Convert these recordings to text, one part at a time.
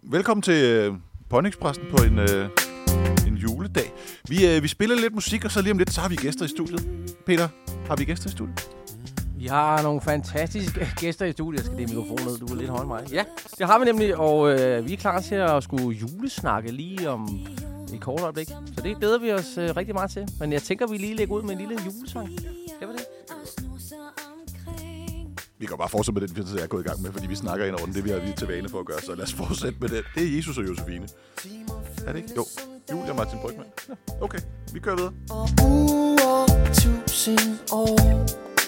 Velkommen til Ponyexpressen på en juledag. Vi spiller lidt musik, og så lige om lidt, så har vi gæster i studiet. Peter, har vi gæster i studiet? Vi har nogle fantastiske gæster i studiet. Jeg skal det mikrofon ned, du er lidt højere end mig. Ja, det har vi nemlig, og vi er klar til at skulle julesnakke lige om et kort øjeblik. Så det glæder vi os rigtig meget til. Men jeg tænker, vi lige lægger ud med en lille julesang. Det var det. Vi kan bare fortsætte med den, vi er gået i gang med, fordi vi snakker ind over den. Det vi er til vane for at gøre, så lad os fortsætte med det. Det er Jesus og Josefine. Er det ikke? Jo. Julie og Martin Brygman. Ja, okay, vi kører videre. Tusind år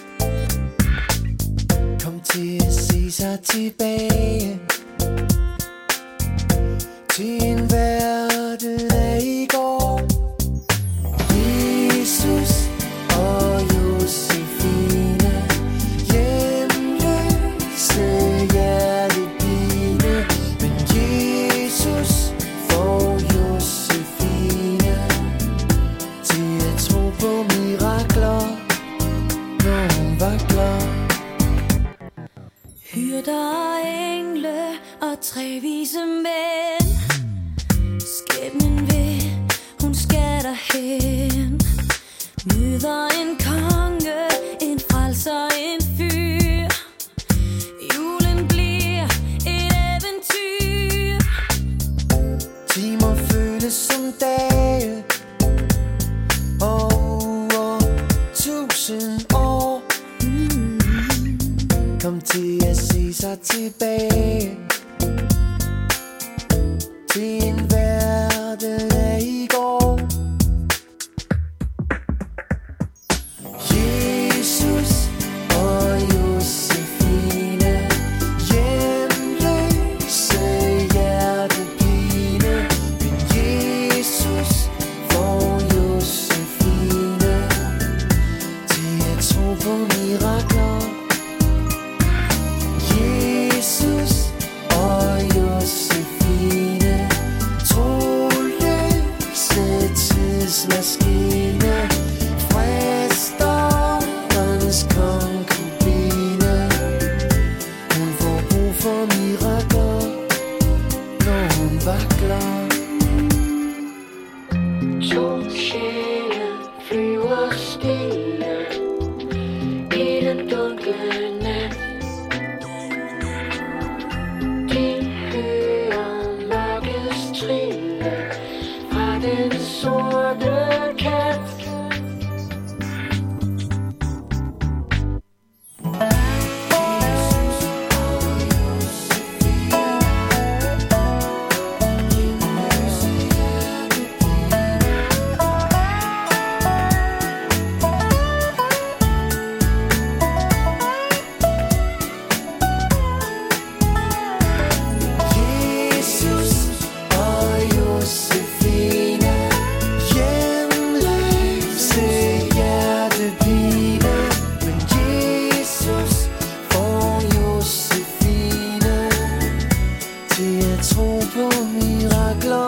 kom til at se sig tilbage til en verden af i går. Jesus og Josefine, hjemløse hjertepine, men Jesus får Josefine til at tro på mirakler, når hun var klar. Hyrder og engle og 3 vise mænd, skæbnen vil, hun skal derhen. Møder en konge, en frelser, en fyr. Julen bliver et eventyr. Timer føles som dage, og 1000 år kom til at se sig tilbage til en verden af i går. Jesus og Josefine, hjemløse hjertepine, men Jesus får Josefine til at tro på mirakler. Jesus og Josefine, troløse tidsmaskine, fresterens konkubine. Hun får brug for mirakler, når hun vakler. 2 sjæle flyver stille i den dunkle nat. De hører mørkets trille fra den sorte kat. Jesus og Josefine, hjemløse hjertepine, men Jesus får Josefine til at tro på mirakler.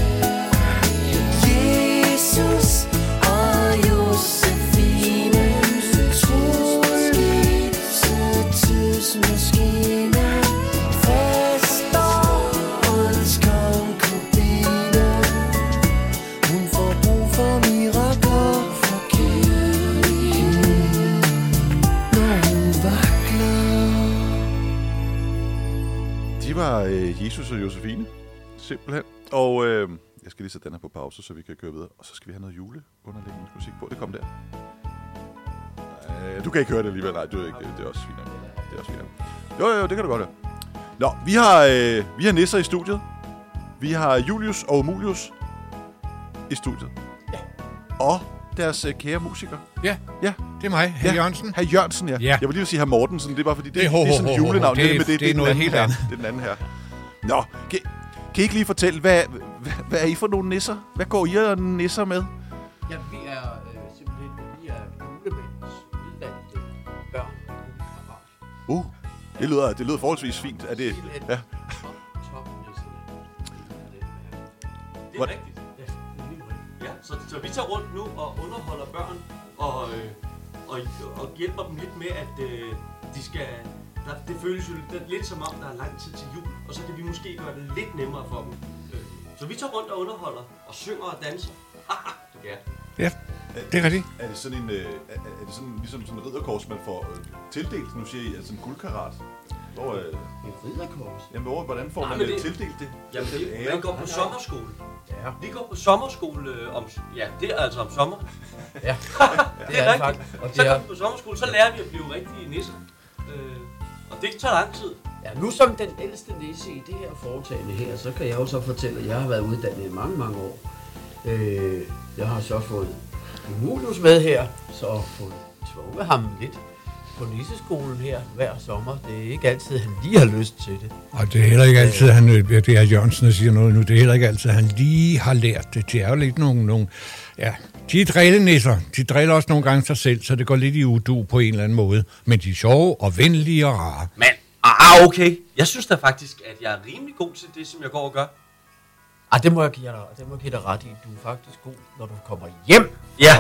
Jesus og Josefine, troløse tidsmaskine, fresterens konkubine. Hun får brug for mirakler, for kærlighed, når hun vakler. De var Jesus og Josefine, simpelthen. Og jeg skal lige sætte den her på pause, så vi kan køre videre. Og så skal vi have noget juleunderlægningsmusik på. Det kom der. Du kan ikke høre det alligevel. Nej, du er ikke. Det er også fint. Det er også fint. Jo, det kan du godt høre. Nå, vi har nisser i studiet. Vi har Julius og Umulius i studiet. Ja. Og deres kære musikere. Ja, Ja. det er mig, Hr. Jørgensen. Hr. Jørgensen, ja. Ja. Jeg vil lige sige Hr. Mortensen. Det er bare fordi, det er sådan et ho. julenavn. Det er- men det er den noget anden helt her. andet. Det er den anden her. Nå, kan I ikke lige fortælle, hvad er I for nogle nisser? Hvad går I og nisser med? Ja, vi er simpelthen julemandens uddannede børn. Det lyder forholdsvis fint. Er det? Ja. Det er rigtigt. Ja, så vi tager rundt nu og underholder børn og hjælper dem lidt med, at de skal det føles jo lidt som om, der er lang tid til jul, og så kan vi måske gøre det lidt nemmere for dem. Så vi tager rundt og underholder, og synger og danser. Ja, det er rigtigt. Er det sådan en, er det sådan, ligesom sådan en ridderkors, man får tildelt? Nu siger I, altså en guldkarat. Hvor, En ridderkors? Jamen, hvordan får man tildelt det? Jamen, man går på sommerskole. Ja. Vi går på sommerskole om... Ja, det er altså om sommer. Ja, det er rigtigt. Så går vi på sommerskole, så lærer vi at blive rigtige nisser. Og det tager lang tid. Ja, nu som den ældste nisse i det her foretagende her, så kan jeg jo så fortælle, at jeg har været uddannet i mange, mange år. Jeg har så fået Julius med her, så fået tvunget ham lidt på nisseskolen her hver sommer. Det er ikke altid, han lige har lyst til det. Og det er heller ikke altid, det er Jørgensen, der siger noget nu, det er heller ikke altid, han lige har lært det. Det er jo lidt nogle ja, de er drillenisser. De driller også nogle gange sig selv, så det går lidt i udu på en eller anden måde. Men de er sjove og venlige og rare. Men, okay. Jeg synes da faktisk, at jeg er rimelig god til det, som jeg går og gør. Det må jeg give dig ret i. Du er faktisk god, når du kommer hjem. Ja.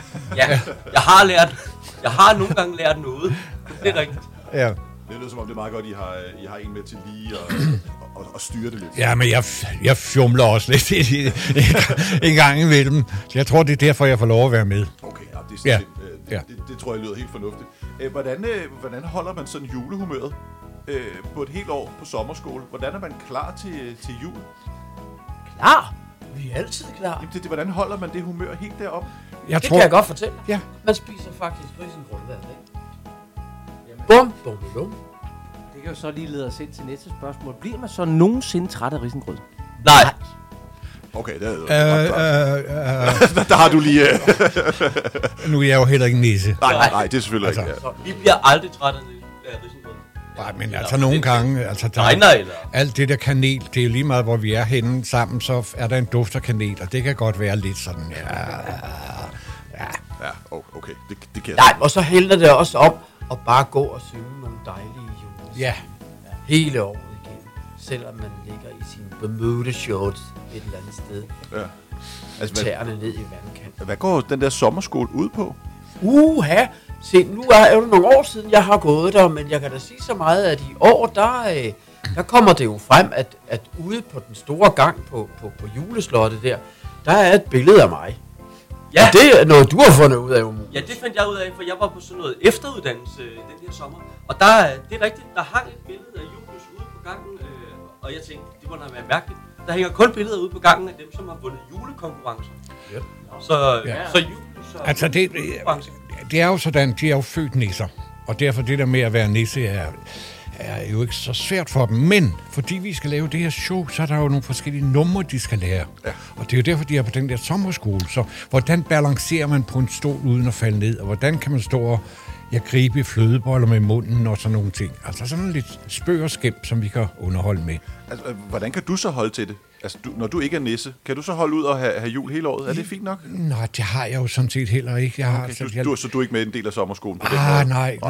Jeg har nogle gange lært noget. Det er rigtigt. Ja. Det lyder som om, det er meget godt, I har en med til lige at styre det lidt. Ja, men jeg fjumler også lidt en gang imellem. Så jeg tror, det er derfor, jeg får lov at være med. Okay, det er det tror jeg lyder helt fornuftigt. Hvordan holder man sådan julehumøret på et helt år på sommerskole? Hvordan er man klar til jul? Klar? Vi er altid klar. Jamen, hvordan holder man det humør helt derop? Kan jeg godt fortælle. Ja. Man spiser faktisk risengrød hver dag. Bum, bum, bum. Det kan jo så lige lede os ind til næste spørgsmål. Bliver man så nogensinde træt af risengrød? Nej. Okay, det er der har du lige... Nu er jeg jo heller ikke nisse. Nej, det er selvfølgelig ikke. Så vi bliver aldrig træt af risengrød. Nej, men altså nogle gange... Altså, alt det der kanel, det er jo lige meget, hvor vi er henne sammen, så er der en duft af kanel, og det kan godt være lidt sådan... Ja, okay, det kan jeg. Nej, og så hælder det også om at bare gå og synge nogle dejlige julesange. Ja. Hele året igen. Selvom man ligger i sin Bermuda shorts et eller andet sted. Ja. Altså, tæerne ned i vandkanten. Hvad går den der sommerskole ud på? Se, nu er det nogle år siden, jeg har gået der, men jeg kan da sige så meget, at i år, der kommer det jo frem, at ude på den store gang på juleslottet der er et billede af mig. Ja. Og det er noget, du har fundet ud af, umuligt. Ja, det fandt jeg ud af, for jeg var på sådan noget efteruddannelse den her sommer. Og det er rigtigt, der hang et billede af Julius ude på gangen, og jeg tænkte, det må da være mærkeligt. Der hænger kun billeder ude på gangen af dem, som har vundet julekonkurrencer. Ja. Så Julius og altså, det er jo sådan, de er jo født nisser. Og derfor det der med at være nisse er jo ikke så svært for dem. Men fordi vi skal lave det her show, så er der jo nogle forskellige numre, de skal lære. Ja. Og det er jo derfor, de er på den der sommerskole. Så hvordan balancerer man på en stol uden at falde ned? Og hvordan kan man stå og gribe flødeboller med munden og sådan nogle ting? Altså sådan lidt spøg og skæmt, som vi kan underholde med. Altså, hvordan kan du så holde til det? Altså, når du ikke er nisse, kan du så holde ud og have jul hele året? Er det fint nok? Nej, det har jeg jo sådan set heller ikke. Så du er ikke med en del af sommerskolen på den måde?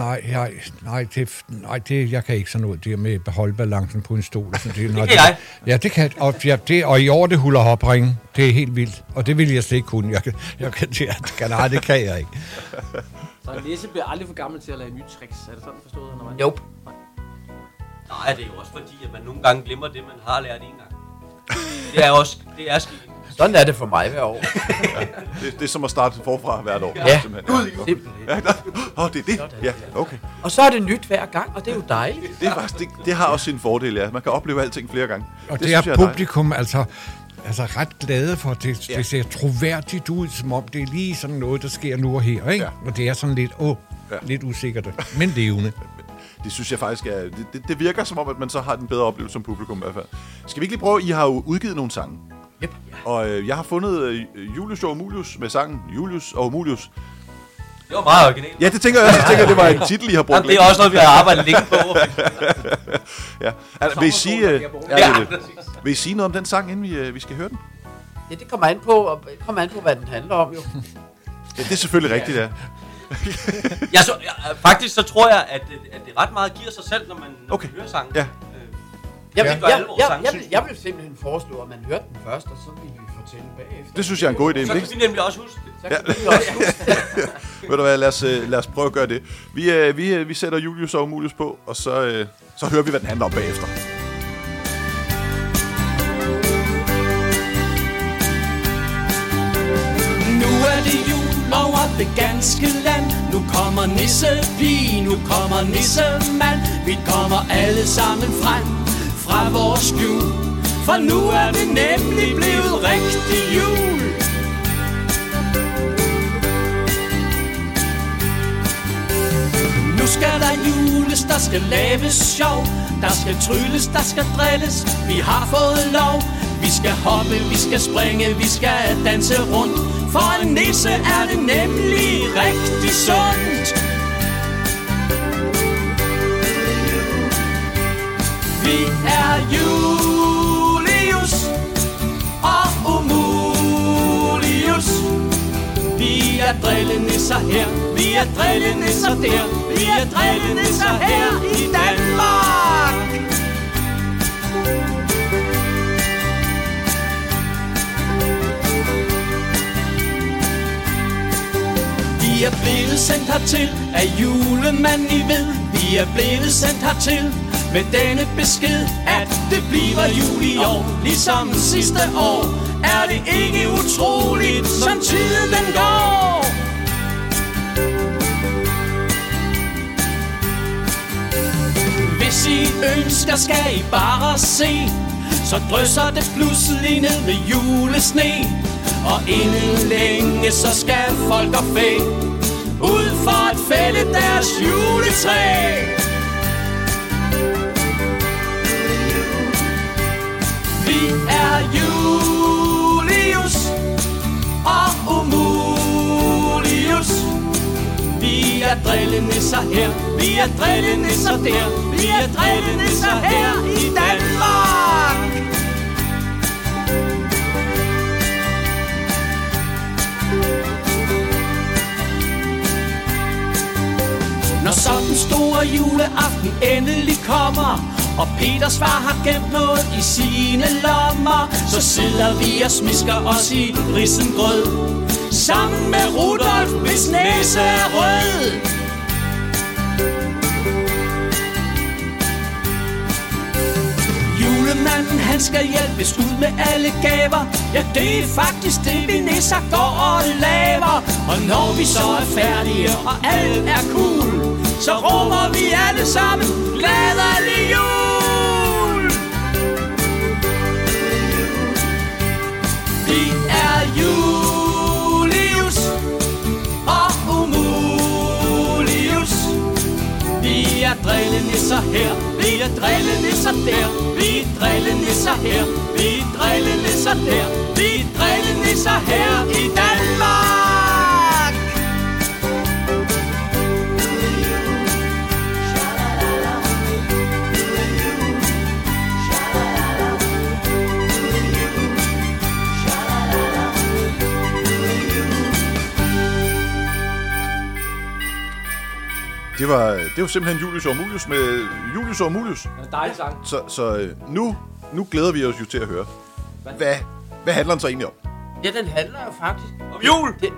Nej, jeg kan ikke sådan noget der med at beholde balancen på en stol. Det kan jeg. Ja, det kan og i år det huller hopringe. Det er helt vildt, og det vil jeg slet ikke kunne. Det kan jeg ikke. Så en nisse bliver aldrig for gammel til at lave nye tricks. Er det sådan forstået? Nope. Nej, det er jo også fordi, at man nogle gange glemmer det, man har lært en gang. Det er skidt. Sådan er det for mig hver år. Det er som at starte forfra hvert år. Ja, simpelthen. Det er det? Ja, okay. Og så er det nyt hver gang, og det er jo dejligt. Det er faktisk, det har også sin fordel, ja. Man kan opleve alting flere gange. Og det er publikum, altså ret glade for det. Det ser troværdigt ud, som om det er lige sådan noget, der sker nu og her, ikke? Ja. Og det er sådan lidt usikkert, men levende. Det synes jeg faktisk er... Det virker som om, at man så har den bedre oplevelse som publikum i hvert fald. Skal vi ikke lige prøve... I har jo udgivet nogle sange. Yep. Og jeg har fundet Julius og Umulius med sangen Julius og Umulius. Det var meget originalt. Ja, det tænker jeg også. Jeg tænker, det var en titel, I har brugt. Jamen, det er også noget, vi har arbejdet længe på. Ja. Altså, vil I sige noget om den sang, inden vi skal høre den? Ja, det kommer an på, hvad den handler om, jo. Ja, det er selvfølgelig rigtigt, ja. Faktisk så tror jeg, at det ret meget giver sig selv, når man hører sangen. Ja. Jeg vil simpelthen foreslå, at man hørte den først, og så vil vi fortælle bagefter. Det synes jeg er en god idé. Så kan vi nemlig også huske det. Ved du hvad, lad os prøve at gøre det. Vi sætter Julius og Umulius på, og så hører vi, hvad den handler om bagefter. Nu er det jul over det ganske land. Nu kommer nissepige, nu kommer nissemand. Vi kommer alle sammen frem fra vores skjul. For nu er det nemlig blevet rigtig jul. Nu skal der jules, der skal laves sjov. Der skal trylles, der skal drilles. Vi har fået lov. Vi skal hoppe, vi skal springe, vi skal danse rundt. For en nisse er det nemlig rigtig sundt. Vi er Julius og Umulius. Vi er drillenisser her, vi er drillenisser der. Vi er drillenisser her i Danmark. Vi er blevet sendt hertil af julemanden, I ved. Vi er blevet sendt hertil med denne besked, at det bliver jul i år, ligesom sidste år. Er det ikke utroligt, som tiden den går? Hvis I ønsker, skal I bare se, så drysser det pludselig ned med julesne. Og inden længe, så skal folk og fæ ud for at fælde deres juletræ. Vi er Julius og Umulius. Vi er drillenisser her, vi er drillenisser der. Vi er drillenisser her i Danmark. Når så den store juleaften endelig kommer, og Peters far har gemt noget i sine lommer, så sidder vi og smisker os i risengrød, sammen med Rudolf, hvis næse er rød. Julemanden, han skal hjælpes ud med alle gaver. Ja, det er faktisk det, vi nisser går og laver. Og når vi så er færdige, og alt er cool, så råber vi alle sammen glædelig jul. Vi er Julius og Umulius. Vi er drillenisser her, vi er drillenisser der. Vi er drillenisser her, vi er drillenisser der. Vi er drillenisser her i Danmark. Det var simpelthen Julius og Umulius med Julius og Umulius. Det er en dejlig sang. Så nu glæder vi os jo til at høre. Hvad handler den så egentlig om? Ja, den handler jo faktisk Om jul! Det...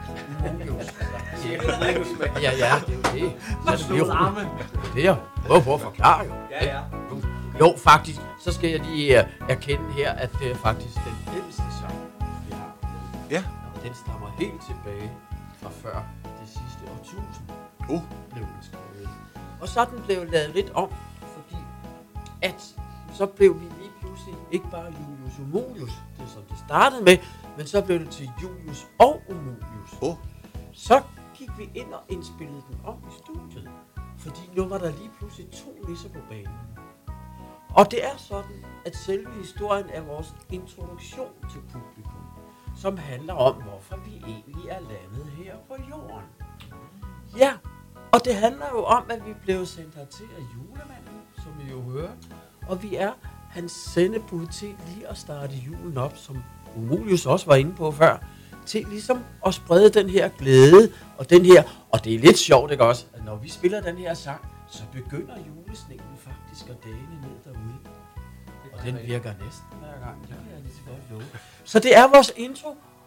Ja, det er jo det. Så det er det, jeg prøver på at forklare jo. Ja. Jo, faktisk, så skal jeg lige erkende her, at det er faktisk den ældste sang, vi har. Ja. Den stammer helt tilbage fra før det sidste årtusind. Blev den skrevet. Og så er den blevet lavet lidt om, fordi at så blev vi lige pludselig ikke bare Julius Umulius, det som det startede med, men så blev det til Julius og Umulius. Så gik vi ind og indspillede den om i studiet, fordi nu var der lige pludselig 2 nisser på banen. Og det er sådan, at selve historien er vores introduktion til publikum, som handler om, hvorfor vi egentlig er landet her på jorden. Ja, og det handler jo om, at vi blev sendt hertil af julemanden, som I jo hører. Og vi er hans sendebud til lige at starte julen op, som Umulius også var inde på før, til ligesom at sprede den her glæde og den her. Og det er lidt sjovt, ikke også, at når vi spiller den her sang, så begynder julesningen faktisk at dale ned derude. Og den virker næsten hver gang, det kan jeg lige så godt love. Så det er vores intro,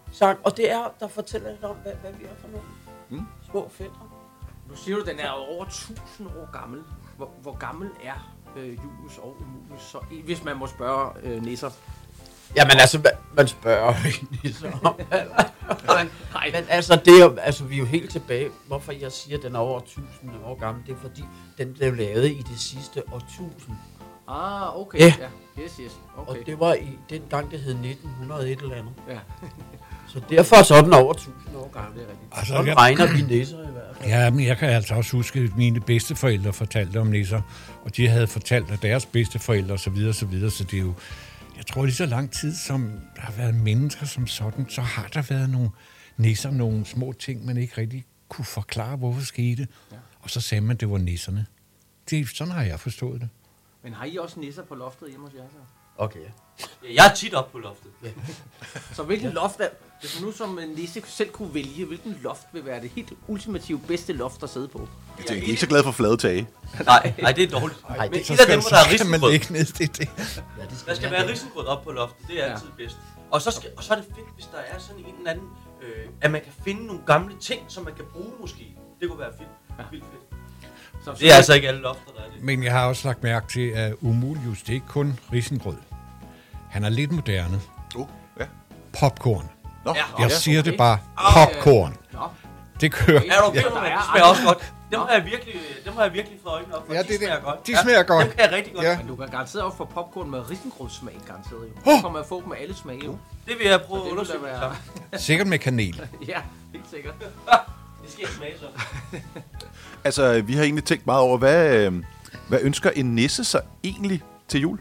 sang, og det er, der fortæller lidt om, hvad vi er for nogle små fætter. Nu siger du, den er over 1000 år gammel. Hvor gammel er Julius og Umulius så? Hvis man må spørge nisser. Jamen altså, man spørger nisser om men altså, det er jo, altså, vi er jo helt tilbage. Hvorfor jeg siger, at den er over 1000 år gammel, det er fordi, den blev lavet i det sidste årtusind. Ah, okay. Ja. Yes. Okay. Og det var i den gang, det hed 1901 eller andet. Ja. Så derfor så er den over 1000 år gammel. Det er rigtigt. Altså, Så regner vi nisser i hvert fald. Ja, men jeg kan altså også huske, at mine bedsteforældre fortalte om nisser, og de havde fortalt af deres bedsteforældre osv., så det er jo, jeg tror lige så lang tid, som der har været mennesker som sådan, så har der været nogle nisser, nogle små ting, man ikke rigtig kunne forklare, hvorfor skete. Ja. Og så sagde man, at det var nisserne. Sådan har jeg forstået det. Men har I også nisser på loftet hjemme hos jer så? Okay, ja. Jeg er tit op på loftet. Ja. Så hvilken loft er... Hvis nu som en nisse selv kunne vælge, hvilken loft vil være det helt ultimative bedste loft at sidde på? Jeg er ikke så glad for flade tage. Nej, det er dårligt. Nej, Men det- et af dem, hvor der er risengrød. ikke ned det. Ja, det Der skal være risengrød op på loftet. Det er altid bedst. Og så er det fedt, hvis der er sådan en eller anden... at man kan finde nogle gamle ting, som man kan bruge måske. Det kunne være fedt. Vildt fedt. Så Det er altså ikke alle lofter, der er det. Men jeg har også lagt mærke til, at Umulius, det er ikke kun risengrød. Han er lidt moderne. Ja. Popcorn. Nå, Jeg siger okay. det bare. Popcorn. Nå. Det kører. Er du okay, det smager også godt. Dem har jeg virkelig fået øjnene op for. Ja, De det er smager det. godt. De smager godt. Dem kan jeg rigtig godt. Ja. Men du kan garanteret også få popcorn med risengrødssmag, garanteret jo. Så kommer jeg få dem med alle smage jo. Det vil jeg prøve at Det vil undersøge da sammen. Sikkert med kanel. Ja, helt sikkert. Det skal jeg smage så. Altså, vi har egentlig tænkt meget over, hvad ønsker en nisse sig egentlig til jul?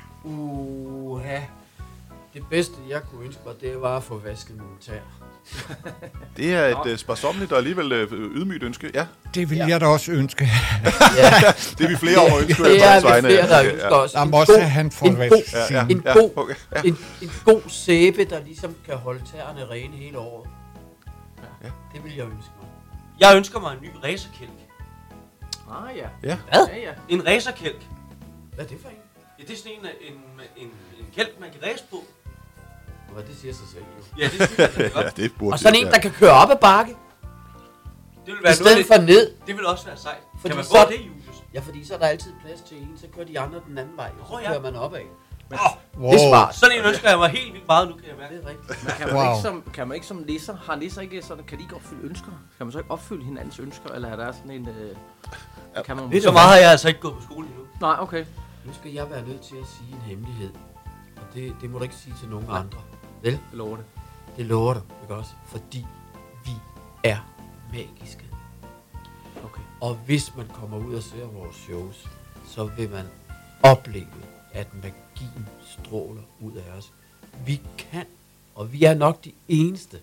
Det bedste, jeg kunne ønske mig, det var at få vasket mine tæer. Det er et sparsommeligt og alligevel ydmygt ønske. Ja, Det vil jeg da også ønske. det er vi flere år ønsker. Det er vi flere, der ønsker os. Der må også have han får en en god sæbe, der ligesom kan holde tæerne rene hele året. Ja. Det vil jeg ønske mig. Jeg ønsker mig en ny racerkælk. Ah ja. Ja. Hvad? Ja. En racerkælk. Hvad er det for en? Ja, det er sådan en kælk, man kan race på. Hvad, det siger sig selv jo. Ja, det synes jeg, det er godt. Ja, det burde Og sådan det, en, der kan køre op ad bakke, Det vil i være noget stedet lidt, for ned. det vil også være sejt. Fordi Kan man så- få det, Julius? Ja, fordi så er der altid plads til en, så kører de andre den anden vej, og så Ja. kører man opad. Wow. Det er smart. Sådan en ønsker jeg mig helt vildt meget nu, kan jeg mærke. Det er rigtigt. Men kan man ikke som nisser, har nisser ikke sådan, kan de ikke opfylde ønsker? Kan man så ikke opfylde hinandens ønsker, eller er der sådan en... kan man... Så meget har jeg altså ikke gået på skole endnu. Nej, okay. Nu skal jeg være nødt til at sige en hemmelighed. Og det må du ikke sige til nogen andre. Vel? Jeg lover det. Det lover du, ikke også? Fordi vi er magiske. Okay. Og hvis man kommer ud og ser vores shows, så vil man opleve, at magien stråler ud af os. Vi kan, og vi er nok de eneste,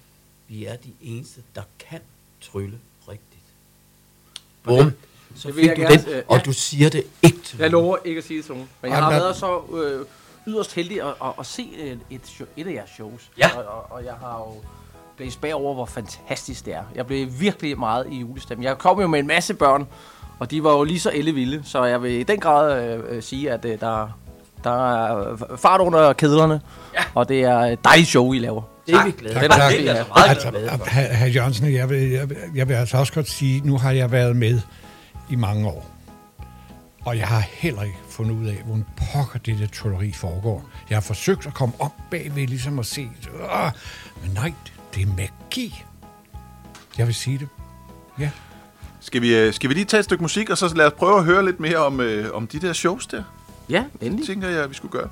der kan trylle rigtigt. Bum. Så Det vil fik jeg du gerne, den, og du siger det ikke til Jeg nogen. lover ikke at sige det til nogen. Men jeg har været så yderst heldig at se et af jeres shows. Ja. Og jeg har jo blæst bagover, hvor fantastisk det er. Jeg blev virkelig meget i julestemning. Jeg kom jo med en masse børn, og de var jo lige så ellevilde. Så jeg vil i den grad sige, at der er fart under kedlerne. Ja. Og det er et dejligt show, I laver. Det er vi glade Tak, for. tak. Det er jeg altså meget Altså, glad for. hr. Jørgensen, jeg vil altså også godt sige, nu har jeg været med i mange år. Og jeg har heller ikke fundet ud af, hvor pokker det der trylleri foregår. Jeg har forsøgt at komme op bagved, ligesom at se, men nej, det er magi. Jeg vil sige det. Ja. Skal vi lige tage et stykke musik, og så lad os prøve at høre lidt mere om de der shows der? Ja, Det endelig. tænker jeg, vi skulle gøre.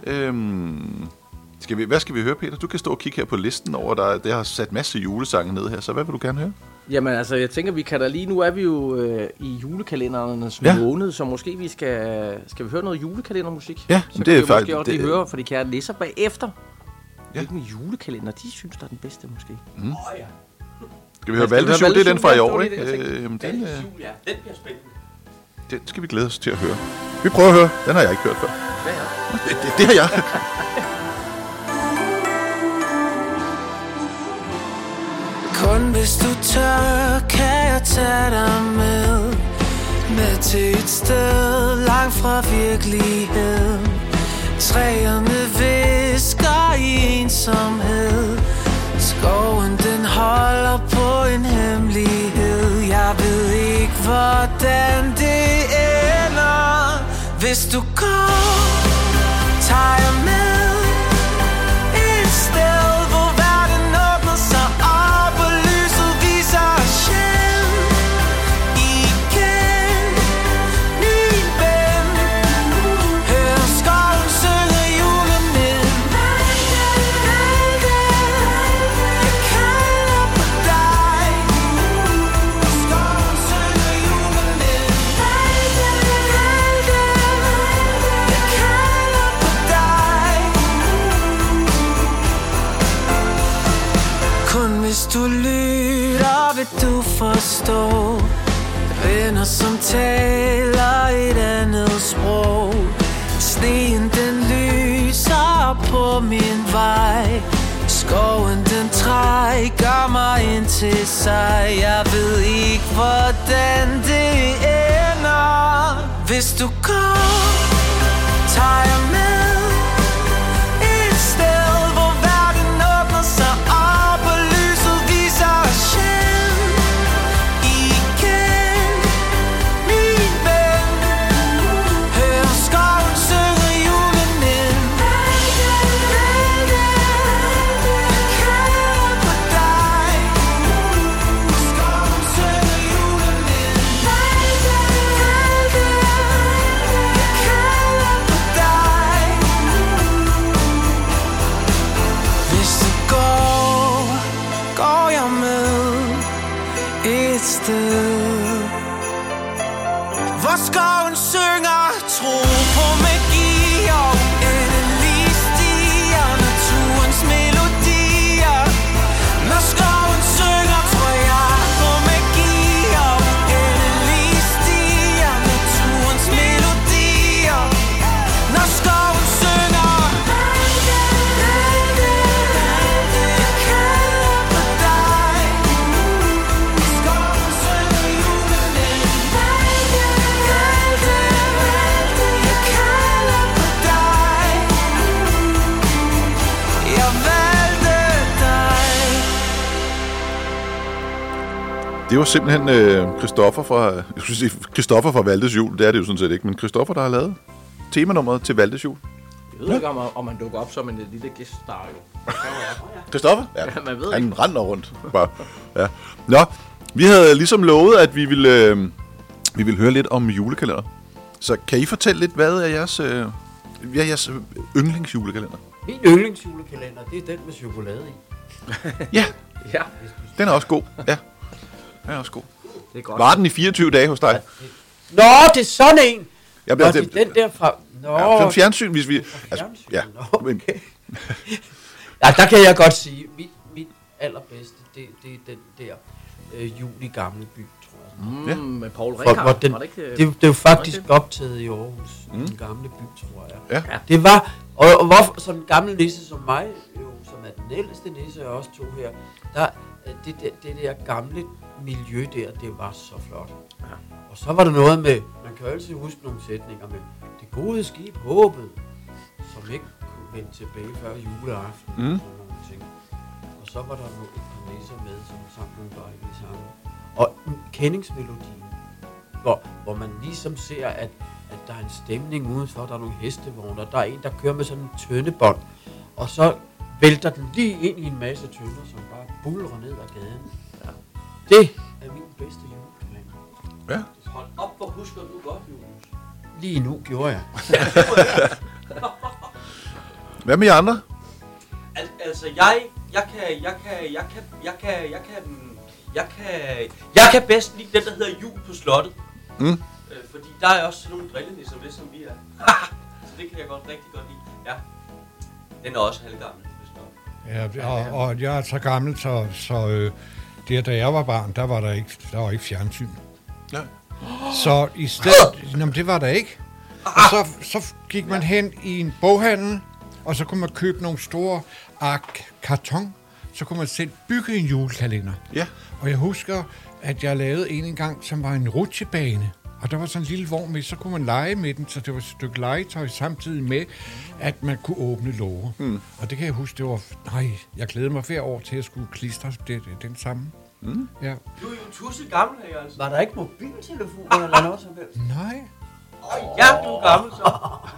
Hvad skal vi høre, Peter? Du kan stå og kigge her på listen over, der har sat masse julesange ned her, så hvad vil du gerne høre? Jamen altså, jeg tænker, vi kan da lige... Nu er vi jo i julekalendernes måned, så måske vi skal vi høre noget julekalendermusik? Ja, så det kan er vi faktisk... måske også lige høre for de kære nisser bagefter. Ja. Hvilken julekalender de synes, der er den bedste, måske. Ja. Skal vi høre Skal vi Valdes høre jul? Det er den fra i Valdes år, jul? ikke? Det er det, jeg Den Den bliver spændende. skal vi glæde os til at høre. Vi prøver at høre. Den har jeg ikke hørt før. Hvad er det? Det har jeg. Kun hvis du tør, kan jeg tage dig med til et sted langt fra virkeligheden. Træerne visker i ensomhed, Skoven den holder på en hemmelighed. Jeg ved ikke hvordan det ender. Hvis du går, tager jeg med et sted, hvor verden åbner sig op, og lyset viser os hjem igen. Min ven, hør skoven synge julen ind. Jeg kalder på dig. Skoven synger julen ind. Jeg kalder på dig. Kun hvis du lytter, vil du forstå. Venner som taler et andet sprog. Sneen den lyser på min vej. Skoven den trækker mig ind til sig. Jeg ved ikke hvordan det ender. Hvis du går, tager jeg med et sted, hvor verden åbner sig op, og lyset viser os hjem igen. Min ven, hør skoven synge julen ind. Jeg kalder på dig. Skoven synger julen ind. Jeg kalder på dig. Hvis du går, går jeg med et sted, hvor skoven synger tro på magi og endelige stier, naturens melodier. Når skoven synger, tror jeg på magi og endelige stier, naturens melodier. Når skoven synger, jeg kalder på dig. Skoven synger julen ind. Jeg kalder på dig. Jeg valgte dig. Det var simpelthen Christoffer fra Valdes Jul. Det er det jo sådan set ikke, men Christoffer, der har lavet temanummeret til Valdes Jul. Jeg ved ikke, om man dukker op som en lille gæststar, jo. Christoffer? Ja, man ved han ikke. render rundt. Bare. Ja. Nå, vi havde ligesom lovet, at vi ville høre lidt om julekalender. Så kan I fortælle lidt, hvad er jeres yndlingsjulekalender? Min yndlingsjulekalender, det er den med chokolade i. Ja, Ja, den er også god. Ja, den er også god. det er godt. Var den i 24 dage hos dig? Nå, det er sådan en! Jeg Nå, det er den der fra... Nå, Ja, som fjernsyn, hvis vi... Altså, ja, Nå, men, okay. Ja, der kan jeg godt sige, mit allerbedste, det er den der Jul i Gamle By, tror jeg. Ja. Med Paul Hvor Rikard. den, Var det ikke, det er jo faktisk optaget i Aarhus, i den gamle by, tror jeg. ja. Det var, og hvorfor sådan en gammel nisse som mig, jo, som er den ældste nisse og os to her, der, det der gamle miljø der, det var så flot. Ja. Og så var der noget med, man kan jo altid huske nogle sætninger med, det gode skib håbet, som ikke kunne vende tilbage før juleaften, og sådan nogle ting. Og så var der nogle nisser med, som sang nogle dejlige sange. Og kendingsmelodien, hvor man ligesom ser, at der er en stemning udenfor, der er nogle hestevogne, der er en, der kører med sådan en tøndebånd, og så vælter den lige ind i en masse tønder, som bare buldrer ned ad gaden. Ja. Det er min bedste julekalender. Ja. Hold op, hvor husker du godt, Julius. Lige nu gjorde jeg. Hvad med jer andre? Altså, jeg kan bedst lide den, der hedder Jul på Slottet. Fordi der er også nogle drillenisser med, som vi er. Så det kan jeg godt rigtig godt lide. Ja. Den er også halvgammel, hvis nok. Ja, og jeg er så gammel, så der, da jeg var barn, der var ikke fjernsyn. Nej. Så i stedet, jamen, det var der ikke. Og så gik man hen i en boghandel, og så kunne man købe nogle store ark karton. Så kunne man selv bygge en julekalender. Ja. Og jeg husker, at jeg lavede en gang, som var en rutsjebane. Og der var sådan en lille vogn med, så kunne man lege med den, så det var et stykke legetøj samtidig med, at man kunne åbne låger. Og det kan jeg huske, det var... Nej, jeg glædede mig hver år til at skulle klistre den samme. Ja. Du er jo en tusse gammel her, altså. Var der ikke mobiltelefoner eller noget som helst? Nej. Ja, du er gammel, så.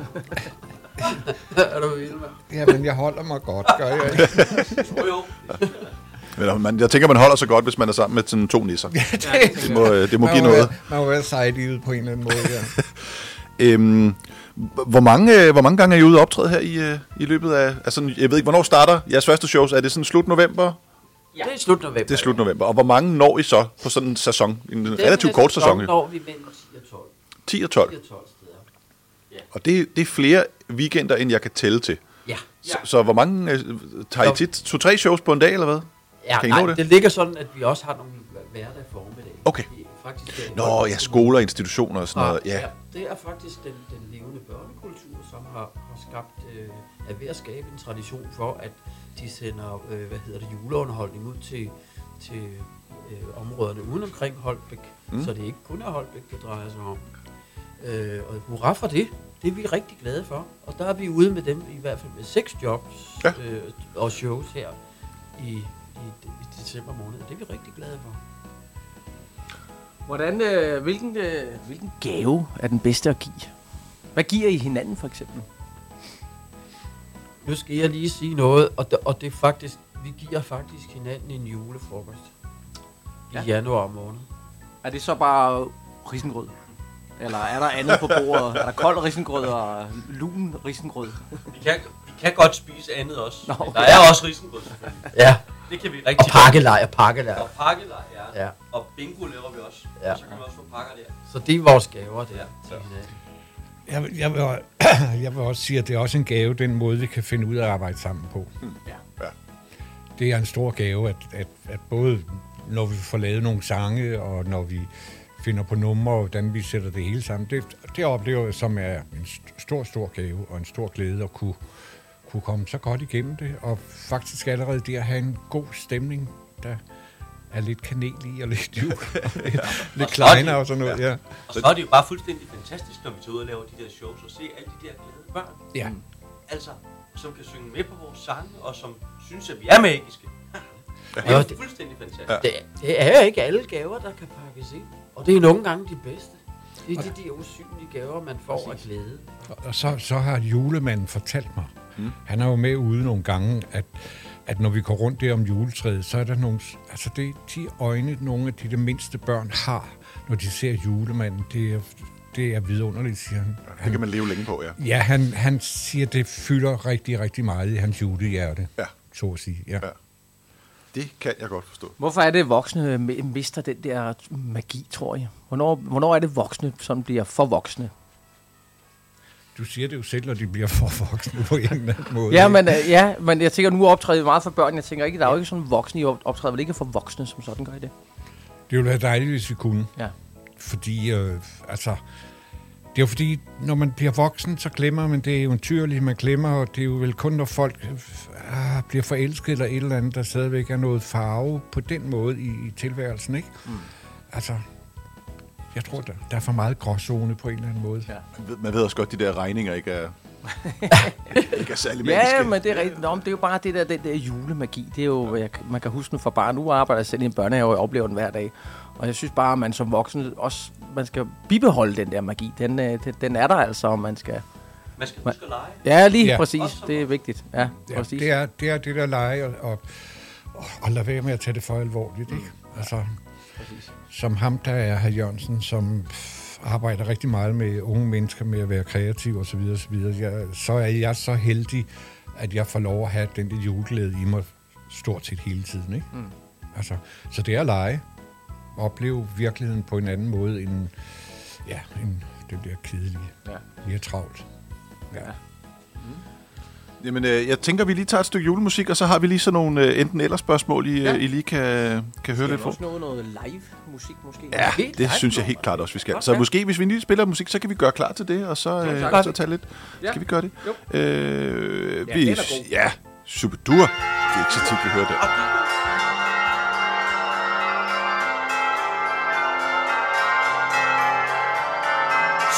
Er du vild, mand? Jamen, jeg holder mig godt, gør jeg ikke? Jo. Jeg tænker, man holder sig godt, hvis man er sammen med sådan 2 nisser. Det må give noget. Man må være sejlivet på en eller anden måde, ja. Hvor mange gange er I ude og optræde her i løbet af... Altså, jeg ved ikke, hvornår starter jeres første shows? Er det sådan slut november? Ja, det er slut november. Det er slut november. Og hvor mange når I så på sådan en sæson? En relativt kort sæson? Den når vi mellem 10 og 12. 10 og 12? 10 og 12 steder. Ja. Og det er flere weekender, end jeg kan tælle til. Ja. Så hvor mange tager I tit? 2-3 shows på en dag, eller hvad? Ja, kan I nå det? Det ligger sådan, at vi også har nogle hverdag formiddag. Okay. Faktisk, Nå, ja, skoler, institutioner og sådan noget. Ja. Det er faktisk den levende børnekultur, som har skabt, er ved at skabe en tradition for, at de sender, juleunderholdning ud til områderne uden omkring Holbæk, så det ikke kun er Holbæk, det drejer sig om. Og hurra for det. Det er vi rigtig glade for. Og der er vi ude med dem, i hvert fald med 6 jobs og shows her i december måned. Det er vi rigtig glade for. Hvilken gave er den bedste at give? Hvad giver I hinanden, for eksempel? Nu skal jeg lige sige noget, og det er faktisk, vi giver faktisk hinanden en julefrokost i januar måned. Er det så bare risengrød? Eller er der andet på bordet? Er der kold risengrød og lun risengrød? Vi kan godt spise andet også. Nå, okay. Der er også risengrød, selvfølgelig. Ja. Det kan vi rigtig Og pakkelej. Og pakkelej, ja. Og bingo laver vi også. Ja. Så kan vi også få pakker der. Så det er vores gaver der til hinanden. Jeg vil også sige, at det er også en gave, den måde, vi kan finde ud af at arbejde sammen på. Ja. Det er en stor gave, at både når vi får lavet nogle sange, og når vi finder på numre, og hvordan vi sætter det hele sammen, det oplever jeg som er en stor gave, og en stor glæde at kunne komme så godt igennem det, og faktisk allerede det at have en god stemning, der er lidt kanel i, og lidt jul, lidt kleiner og sådan noget, ja. Og så er det jo bare fuldstændig fantastisk, når vi tager ud og laver de der shows, og se alle de der glade børn. Ja. Altså, som kan synge med på vores sange, og som synes, at vi er magiske. Det er fuldstændig fantastisk. Ja. Det er ikke alle gaver, der kan pakkes ind. Og det er nogle gange de bedste. Det er de usynlige gaver, man får af glæde. Og så har julemanden fortalt mig, han er jo med ude nogle gange, at når vi går rundt der om juletræet, så er der nogle... Altså det er de øjne, nogle af de mindste børn har, når de ser julemanden. Det er vidunderligt, siger han. Det kan man leve længe på, ja. Ja, han siger, det fylder rigtig, rigtig meget i hans julehjerte, så at sige. Ja. Det kan jeg godt forstå. Hvorfor er det, voksne mister den der magi, tror jeg? Hvornår er det voksne, som bliver for voksne? Du siger det jo selv, når de bliver for voksne på en eller anden måde. Men jeg tænker, nu optræder vi meget for børn. Jeg tænker ikke, der er jo ikke sådan voksne i optræder, vel ikke for voksne, som sådan gør I det? Det ville være dejligt, hvis vi kunne. Ja. Fordi, det er jo fordi, når man bliver voksen, så glemmer man det eventyrlige, man glemmer, og det er jo vel kun, når folk bliver forelsket eller et eller andet, der stadigvæk er noget farve på den måde i tilværelsen, ikke? Altså, jeg tror, der er for meget gråzone på en eller anden måde. Ja. Man ved også godt, at de der regninger ikke er, ikke er særlig magiske. Ja, men det er rigtigt. Nå, men det er jo bare den der julemagi. Det er jo, man kan huske nu fra barn. Nu arbejder jeg selv i en børnehave, og jeg oplever den hver dag. Og jeg synes bare, at man som voksen også, man skal bibeholde den der magi. Den er der altså, og man skal... Man skal huske at lege. Ja, lige præcis. Det er vigtigt. Ja, præcis. Det er det der lege, og lade være med at tage det for alvorligt, ikke? Altså, som ham, der er herr Jørgensen, som arbejder rigtig meget med unge mennesker med at være kreativ og så videre, så er jeg så heldig, at jeg får lov at have den der juleglæde i mig stort set hele tiden, ikke? Altså, så det er at lege. Opleve virkeligheden på en anden måde end den der kedelige. Ja. Vi er travlt. Ja. Jamen, jeg tænker, vi lige tager et stykke julemusik, og så har vi lige sådan nogle enten eller spørgsmål, I lige kan høre lidt på. Skal vi også noget live-musik måske? Ja, det synes jeg helt klart også, vi skal. Så måske, hvis vi lige spiller musik, så kan vi gøre klar til det, og så tage lidt. Skal vi gøre det? Jo. Ja, superdur. Det er ikke så tit, vi hører det.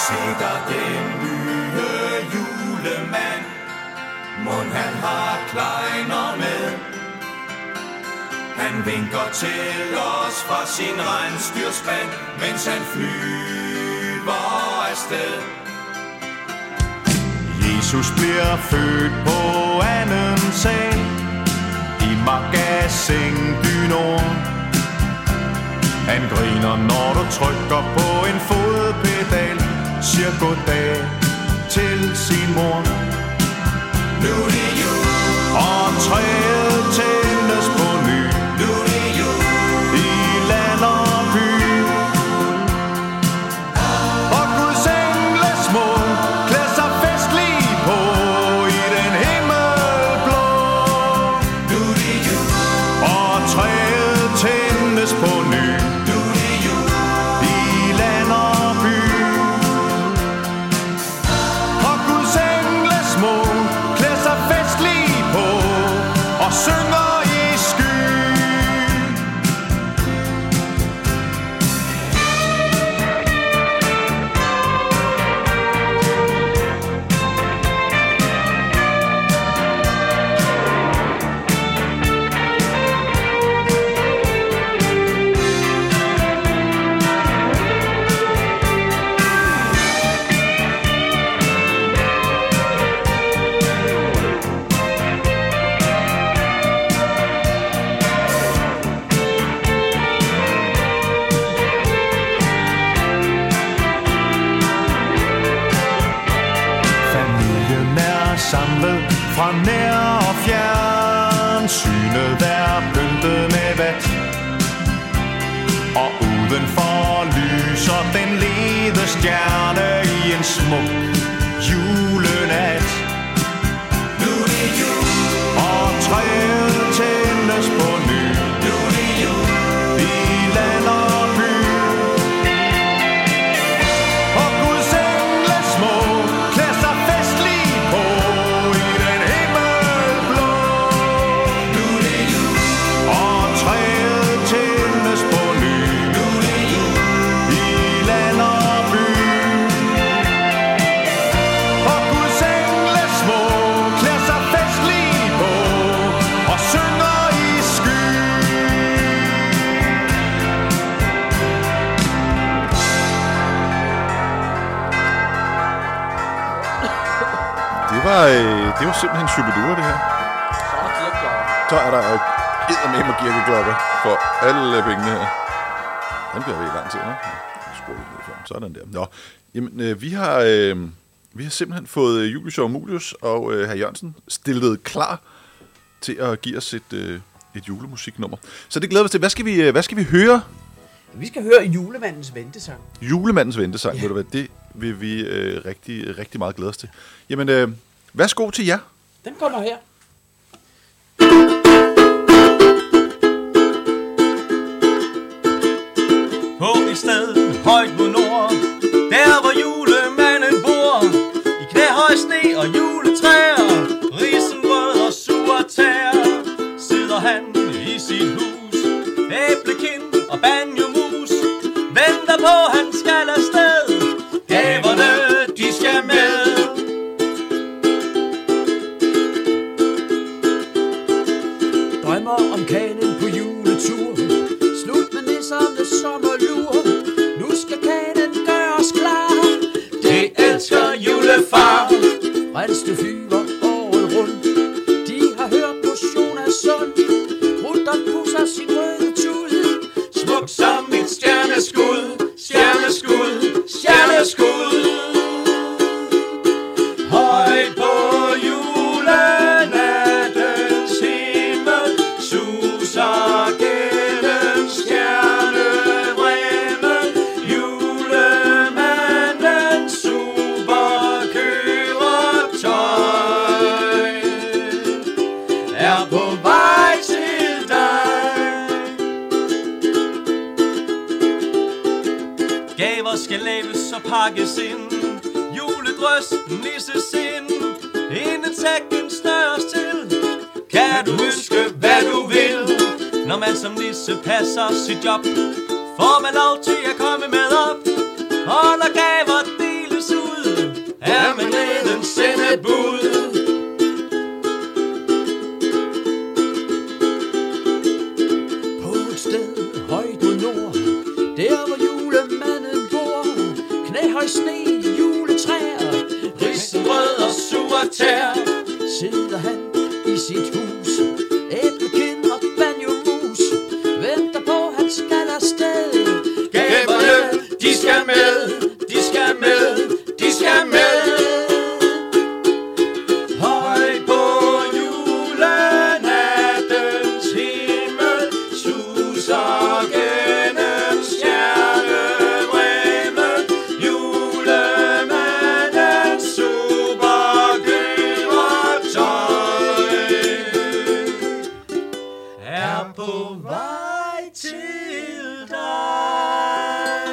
Se der den nye julemand, mon han har kleiner med. Han vinker til os fra sin rensdyrspand, mens han flyver afsted. Jesus bliver født på anden sal i Magasin du Nord. Han griner, når du trykker på en fodpedal, siger goddag til sin mor. Nu er det jul, og træet tændes på ny. Nu er det jul, i land og by. Og Guds engle små klæder sig festligt på i den himmelblå. Nu er det jul, og træet tændes på ny. Nu er det jul, i land og by. Og Guds engle små klæder sig festligt på og synger i skyen. Familien er samlet fra nær og fjern. Synet er pyntet med vat, og udenfor lyser den lede stjerne i en smuk julenat. Nu er det jul, og træet tændes på ny. Nu er det jul, i land og by. Og Guds engle små klæder sig festligt på i den himmelblå. Nu er det jul, og træet tændes på ny. Nu er det jul, i land og by. Og Guds engle små klæder sig festligt på og synger i skyen. Det var simpelthen Shubidua, det her. Så er der eddermame kirkeklokker for alle pengene her. Den bliver ved i lang tid, ikke? Skruer lidt ned for. Sådan der. Nå, jamen, vi har simpelthen fået Julius og Mulius og hr. Jørgensen stillet klar til at give os et julemusiknummer. Så det glæder vi os til. Hvad skal vi høre? Vi skal høre Julemandens ventesang. Julemandens ventesang, Ja. ved du hvad? Det vil vi rigtig, rigtig meget glæde os til. Jamen, værsgo til jer. Den kommer her. På et sted højt mod nord, der hvor julemanden bor. I knæhøj sne og juletræer, risengrød og sure tær. Sidder han i sit hus, æblekind og banjomus. Venter på han skal afsted, gaverne de skal med. Drømmer om kanen på juletur. Slut med nissernes sommerlur. Nu skal kanen gøres klar. Det elsker julefar. Rensdyr flyver året rundt. De har hørt motion af sund. Rutter pusser sin røde tud. Smuk som et stjerneskud, stjerneskud, stjerneskud. Højt på julenattens himmel suser gennem stjernevrimmen julemandens superkøretøj er på vej til dig. Gaver skal laves og pakkes ind, juledrøs, nissesind, inden sækken snøres til. Kan du ønske hvad du vil, når man som nisse passer sit job, får man lov til at komme med op. Og når gaver deles her med glæden sende bud. På et sted højt mod nord, der hvor julemanden bor, knæhøj sne, juletræer, risengrød og sure tær, sidder han i sit hus, æblekind og banjomus, venter på han skal afsted. Gæberne, de skal med, de skal med, de skal med. Højt på julenattens himmel suser gennem stjernevrimmen julemandens supergyldertøj er på vej til dig.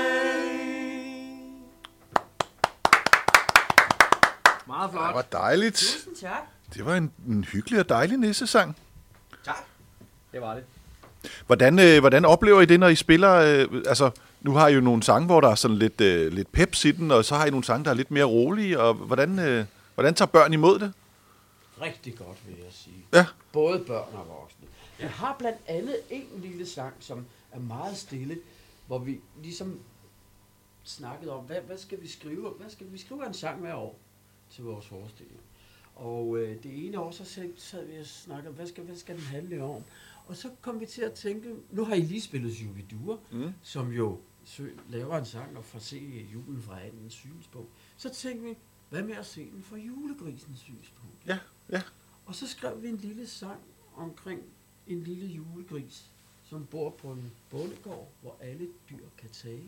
Meget Det flot. var dejligt. Tusind tak. Det var en hyggelig og dejlig nissesang. Tak. Det var det. Hvordan oplever I det, når I spiller? Altså, nu har I jo nogle sange, hvor der er sådan lidt peps i den, og så har I nogle sange, der er lidt mere rolige. Og hvordan tager børn imod det? Rigtig godt, vil jeg sige. Ja. Både børn og voksne. Vi har blandt andet en lille sang, som er meget stille, hvor vi ligesom snakkede om, hvad skal vi skrive? Vi skriver en sang hver år til vores forestilling. Og det ene år, så sad vi og snakkede, hvad skal den handle om? Og så kom vi til at tænke, nu har I lige spillet Jubidur, som jo laver en sang og får se julen fra anden synspunkt. Så tænkte vi, hvad med at se den fra julegrisens synspunkt? Ja, ja. Og så skrev vi en lille sang omkring en lille julegris, som bor på en bondegård, hvor alle dyr kan tale.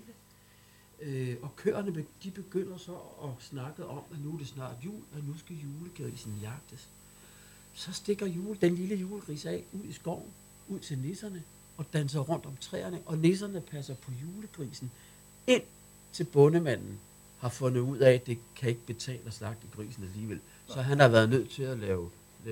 Og køerne, de begynder så at snakke om, at nu er det snart jul, og nu skal julegrisen jagtes. Så stikker den lille julegris af ud i skoven, ud til nisserne, og danser rundt om træerne, og nisserne passer på julegrisen, ind til bondemanden har fundet ud af, at det kan ikke betale at slagte grisen alligevel. Så han har været nødt til at lave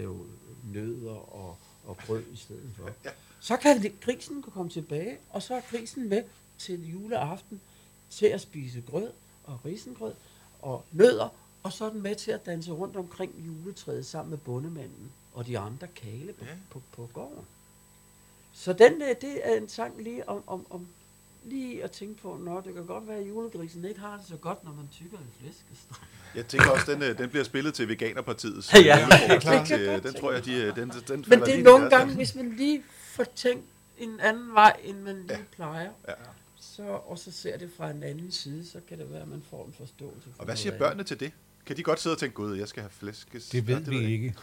nødder og brød i stedet for. Så kan grisen komme tilbage, og så er grisen med til juleaften til at spise grød og risengrød og nødder, og så er den med til at danse rundt omkring juletræet sammen med bondemanden og de andre kale på gården. Så det er en sang lige om lige at tænke på, når det kan godt være, at julegrisen ikke har det så godt, når man tykker en flæskesteg. Jeg tænker også, den bliver spillet til Veganerpartiets. Ja, den tror jeg, den men det er nogle gange, hvis man lige får tænkt en anden vej, end man lige plejer, og så ser det fra en anden side, så kan det være, at man får en forståelse for. Og hvad siger børnene til det? Kan de godt sidde og tænke, gud, jeg skal have flæskesteg? Det ved vi ikke.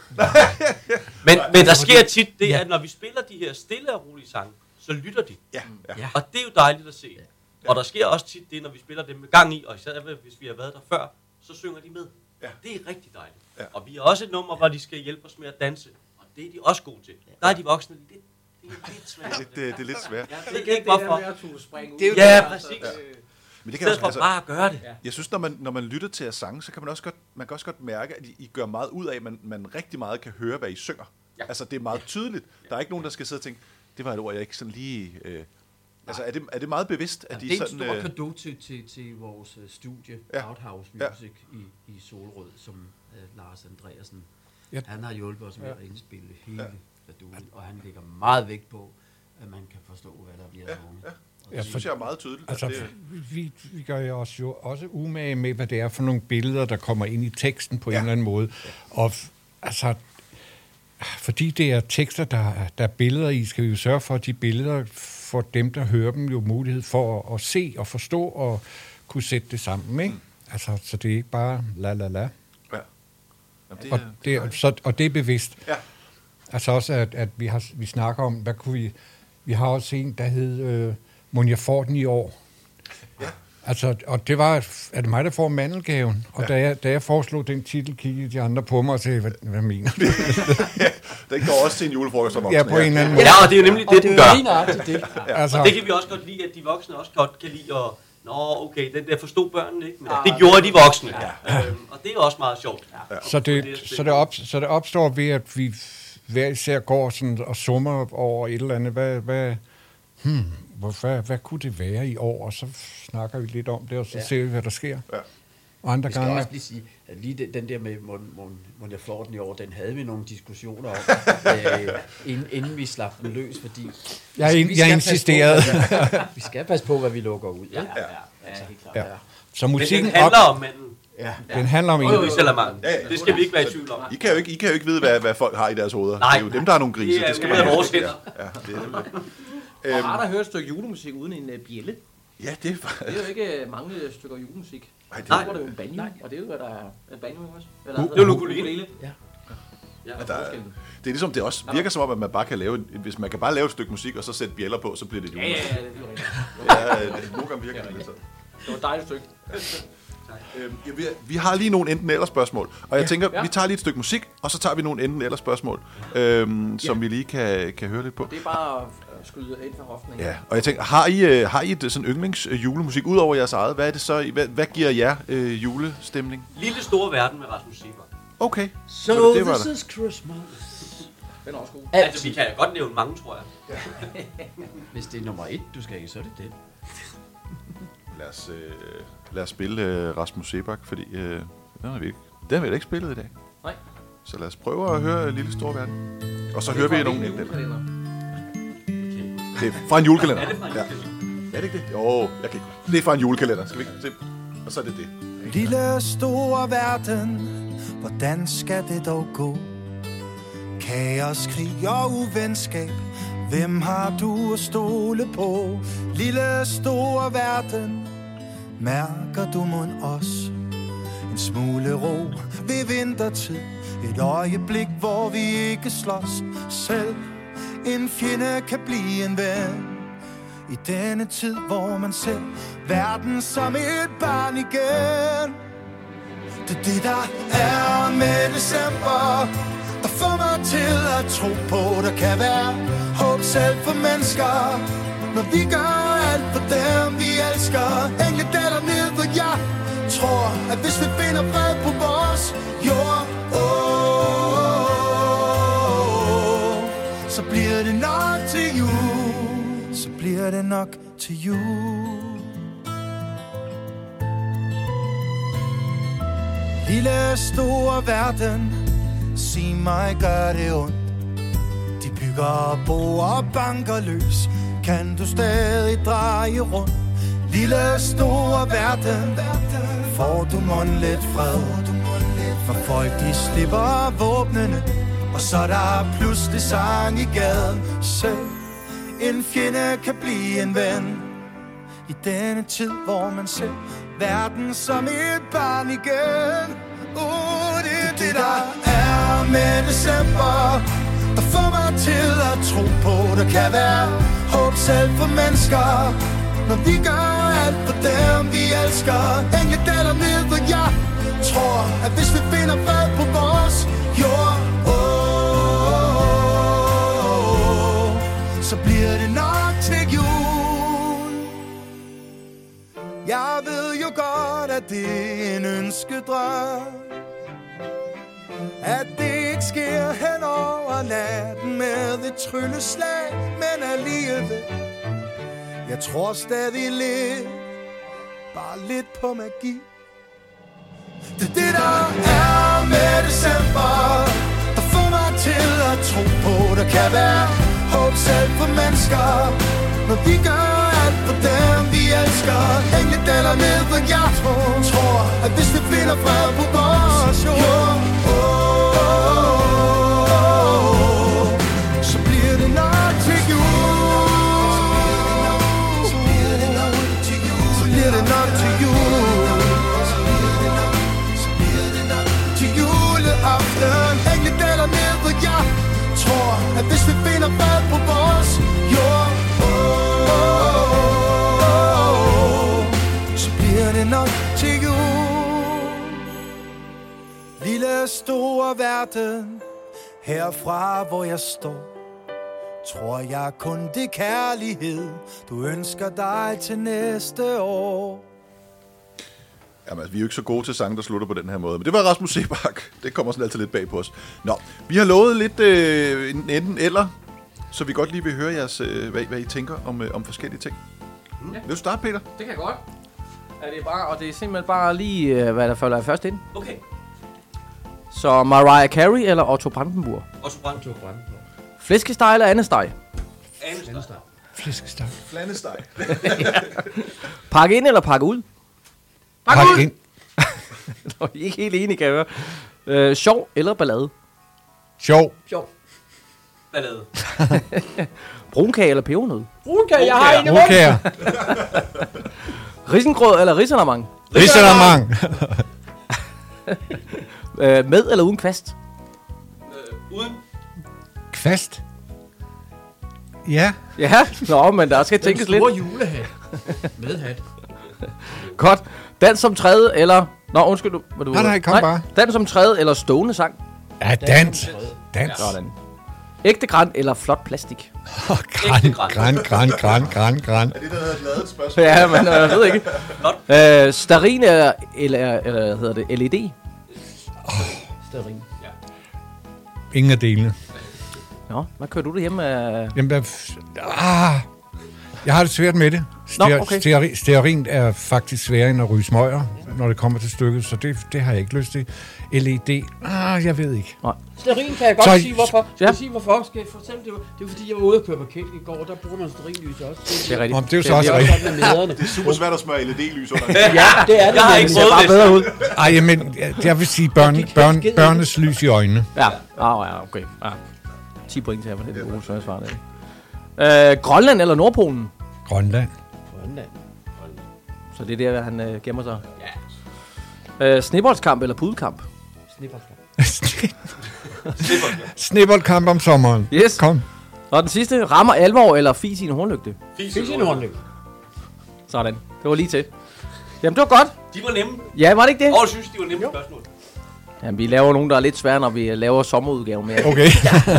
Men der sker tit det, at når vi spiller de her stille og rolige sange, så lytter de. Ja. Og det er jo dejligt at se. Og der sker også tit det, når vi spiller dem med gang i, og især hvis vi har været der før, så synger de med. Ja. Det er rigtig dejligt. Ja. Og vi har også et nummer, hvor de skal hjælpe os med at danse, og det er de også gode til. Der er de voksne lidt svært. Det er lidt svært. Ja, det er ikke hvorfor. Det er jo Ja, præcis. Men det I kan stedet for bare at gøre det. Jeg synes, når man lytter til at sange, så kan man også godt mærke, at I gør meget ud af, at man rigtig meget kan høre, hvad I synger. Ja. Altså, det er meget tydeligt. Der er ikke nogen, der skal sidde og tænke, det var et ord, jeg ikke sådan lige... Altså, er det meget bevidst, at de sådan... Det er en stor cadeau til vores studie, Outhouse Music i Solrød, som Lars Andreasen, han har hjulpet os med at indspille hele cadeauen, og han lægger meget vægt på, at man kan forstå, hvad der bliver sunget. Det synes jeg er meget tydeligt. Altså, vi gør os jo også umage med, hvad det er for nogle billeder, der kommer ind i teksten på en eller anden måde. Og altså, fordi det er tekster, der er billeder i, skal vi jo sørge for, at de billeder får dem, der hører dem, jo mulighed for at se og forstå og kunne sætte det sammen, ikke? Altså, så det er ikke bare la. Ja. Og det er bevidst. Ja. Altså også, at vi snakker om, hvad kunne vi har også en, der hed Mon jeg får den i år. Ja. Altså, og det var, er det mig, der får mandelgaven? Og da jeg foreslog den titel, kiggede de andre på mig og sagde, hvad mener du? Den går også til en julefrokost som voksne. Ja, på en eller anden måde. Ja, og det er jo nemlig det, den gør. Det. Altså, Og det kan vi også godt lide, at de voksne også godt kan lide at... Okay, den der forstod børnene ikke, men det gjorde de voksne. Og det er også meget sjovt. Så det opstår ved, at vi hver især går sådan og summer over et eller andet. Hvad kunne det være i år? Og så snakker vi lidt om det, og så ser vi, hvad der sker. Ja. og andre Vi skal gange... også lige sige, at lige den der med Mon jeg får den i år, den havde vi nogle diskussioner om, inden vi slap den løs, fordi... Jeg insisterede. Vi skal passe på, hvad vi lukker ud. Ja, helt klart. Ja. Så Men musikken den handler om manden. Ja. Den handler om en. Det skal vi ikke være i tvivl om. I kan jo ikke vide, hvad folk har i deres hoveder. Nej, det er jo dem, der har nogle griser. det skal man være have. vores hænder. Ja, det er det. Og har der hørt et stykke julemusik uden en bjælle? Ja, det er Det er jo ikke mange stykker julemusik. Nej, det er jo en banjo, og det er jo, hvad der er en banjo også. Eller det er jo ukulele. Ja. Det er ligesom, det også virker som om, at man bare kan lave, hvis man kan bare lave et stykke musik, og så sætte bjæller på, så bliver det julemusik. Ja, det er rigtigt. Ja, nogle gange virker det lidt sådan. Det var et dejligt stykke. Vi har lige nogle enten eller spørgsmål, og jeg tænker, vi tager lige et stykke musik, og så tager vi nogle enten eller spørgsmål, som vi lige kan høre lidt på. Det er bare at skyde ind fra hoften. Ja, og jeg tænker, har I et sådan yndlings julemusik ud over jeres eget? Hvad er det så? Hvad giver jer julestemning? Lille store verden med Rasmus Seebach. Okay. So det var this der. is Christmas. Den er også god. Altså, vi kan godt nævne mange, tror jeg. Hvis det er nummer 1, du skal ikke, så er det det. Lad os spille Rasmus Seebach, fordi den har vi da ikke spillet i dag. Nej. Så lad os prøve at høre Lille Store Verden. Og så hører vi nogle enten eller. Det er fra en julekalender. Er det fra en julekalender? Ja. Er det ikke det? Jo, jeg kan ikke. Det er fra en julekalender. Skal vi ikke se? Og så er det det. Lille store verden, hvordan skal det dog gå? Kaos, krig og uvenskab, hvem har du at stole på? Lille store verden, mærker du mon os? En smule ro ved vintertid, et øjeblik, hvor vi ikke slås. Selv en fjende kan blive en ven, i denne tid, hvor man ser verden som et barn igen. Det er det, der er med december, der får mig til at tro på, der kan være håb selv for mennesker, når vi gør alt for dem, vi elsker. Engle daler ned, og jeg tror, at hvis vi finder fred på vores jord, så bliver det nok til jul. Så bliver det nok til jul. Lille store verden, sig mig, gør det ondt. De bygger bo og banker løs. Kan du stadig dreje rundt? Lille store verden, får du mon lidt fred? For folk de slipper våbnene, og så der pludselig sang i gaden. Selv en fjende kan blive en ven, i denne tid, hvor man ser verden som et barn igen. Det er det, der er med december, der får mig til at tro på, der kan være håb selv for mennesker, når vi gør alt for dem, vi elsker. Engle daler ned, og jeg tror, at hvis vi finder fred på vores jord, så bliver det nok til jul. Jeg ved jo godt, at det er en ønskedrøm, at det ikke sker hen over natten med et trylleslag, men alligevel, jeg tror stadig lidt, bare lidt på magi. Det er det, der er med december, der får mig til at tro på, der kan være håb selv for mennesker, når vi gør alt for dem, vi elsker. Engle daler ned, og jeg tror, at hvis vi finder fred på vores jord, så bliver det nok til jul. Så bliver det nok til jul. Så bliver det nok til jul. Så bliver det nok til juleaften. Engle daler ned, og jeg tror, at hvis vi finder fred på vores jord, så bliver det nok til jul. Lille store verden, herfra hvor jeg står, tror jeg kun det er kærlighed, du ønsker dig til næste år. Jamen, altså, vi er jo ikke så gode til sange, der slutter på den her måde. Men det var Rasmus Seebach. Det kommer sådan altid lidt bag på os. Nå, vi har lovet lidt enten eller, så vi godt lige vil høre jeres, hvad I tænker om forskellige ting. Ja. Vil du starte, Peter? Det kan jeg godt. Er det bare, og det er simpelthen bare lige, hvad der falder først ind. Okay. Så Mariah Carey eller Otto Brandenburg? Otto Brandenburg. Flæskesteg eller andesteg? Andesteg. Flæskesteg. Flandesteg. Pakke ind eller pakke ud? Pak ind. Nå, I er ikke helt enige, kan jeg høre. Sjov eller ballade? Sjov. Ballade. Brunkage eller pebernød? Brunkage, jeg har en i Brunkage. Risengrød eller risalamang? Risalamang. Med eller uden kvast? Uden. Kvast. Ja. Ja, nå, men der skal tænkes lidt. Den store julehat. Med hat. Godt. Dans som tredje eller... Nå, undskyld du. Nej, kom bare. Dans som tredje eller stående sang? Ja, dans. Dans. Sådan. Ægte gran eller flot plastik? Gran. Er det, der havde lavet et spørgsmål? Ja, men jeg ved ikke. Stearin eller hedder det LED? Stearin. Ja. Ingen af delene. Nå, hvad kører du derhjemme af? Jamen, jeg har det svært med det. okay. Stearin er faktisk sværere end at ryge smøger, når det kommer til stykket, så det har jeg ikke lyst til. LED, jeg ved ikke. Nej. Stearin kan jeg godt sige, hvorfor. Ja. Skal jeg sige, hvorfor? Skal jeg fortælle det? Det er fordi, jeg var ude og køre parket i går, og der bruger man stearinlys også. Det er rigtigt. Det er jo så også rigtigt. Det er super svært at smøre LED-lys under. Ja, det er det. Jeg har ikke prøvet bare det. bedre ud. Ej, men jeg vil sige børnenes lys i øjnene. Ja, ja, okay. Ja. 10 point til her, for det er det gode svar, det. Grønland eller Nordpolen? Grønland. Så det er der, han gemmer sig. Ja. Snibboldskamp eller pudelkamp? Snibboldkamp om sommeren. Yes. Kom. Og den sidste, rammer alvor eller fis i en hornlygte? Fis i en hornlygte. Sådan. Det var lige til. Jamen, det var godt. De var nemme. Ja, var det ikke det? Og jeg synes, de var nemme spørgsmål. Jamen, vi laver nogle, der er lidt svære, når vi laver sommerudgave med. Okay.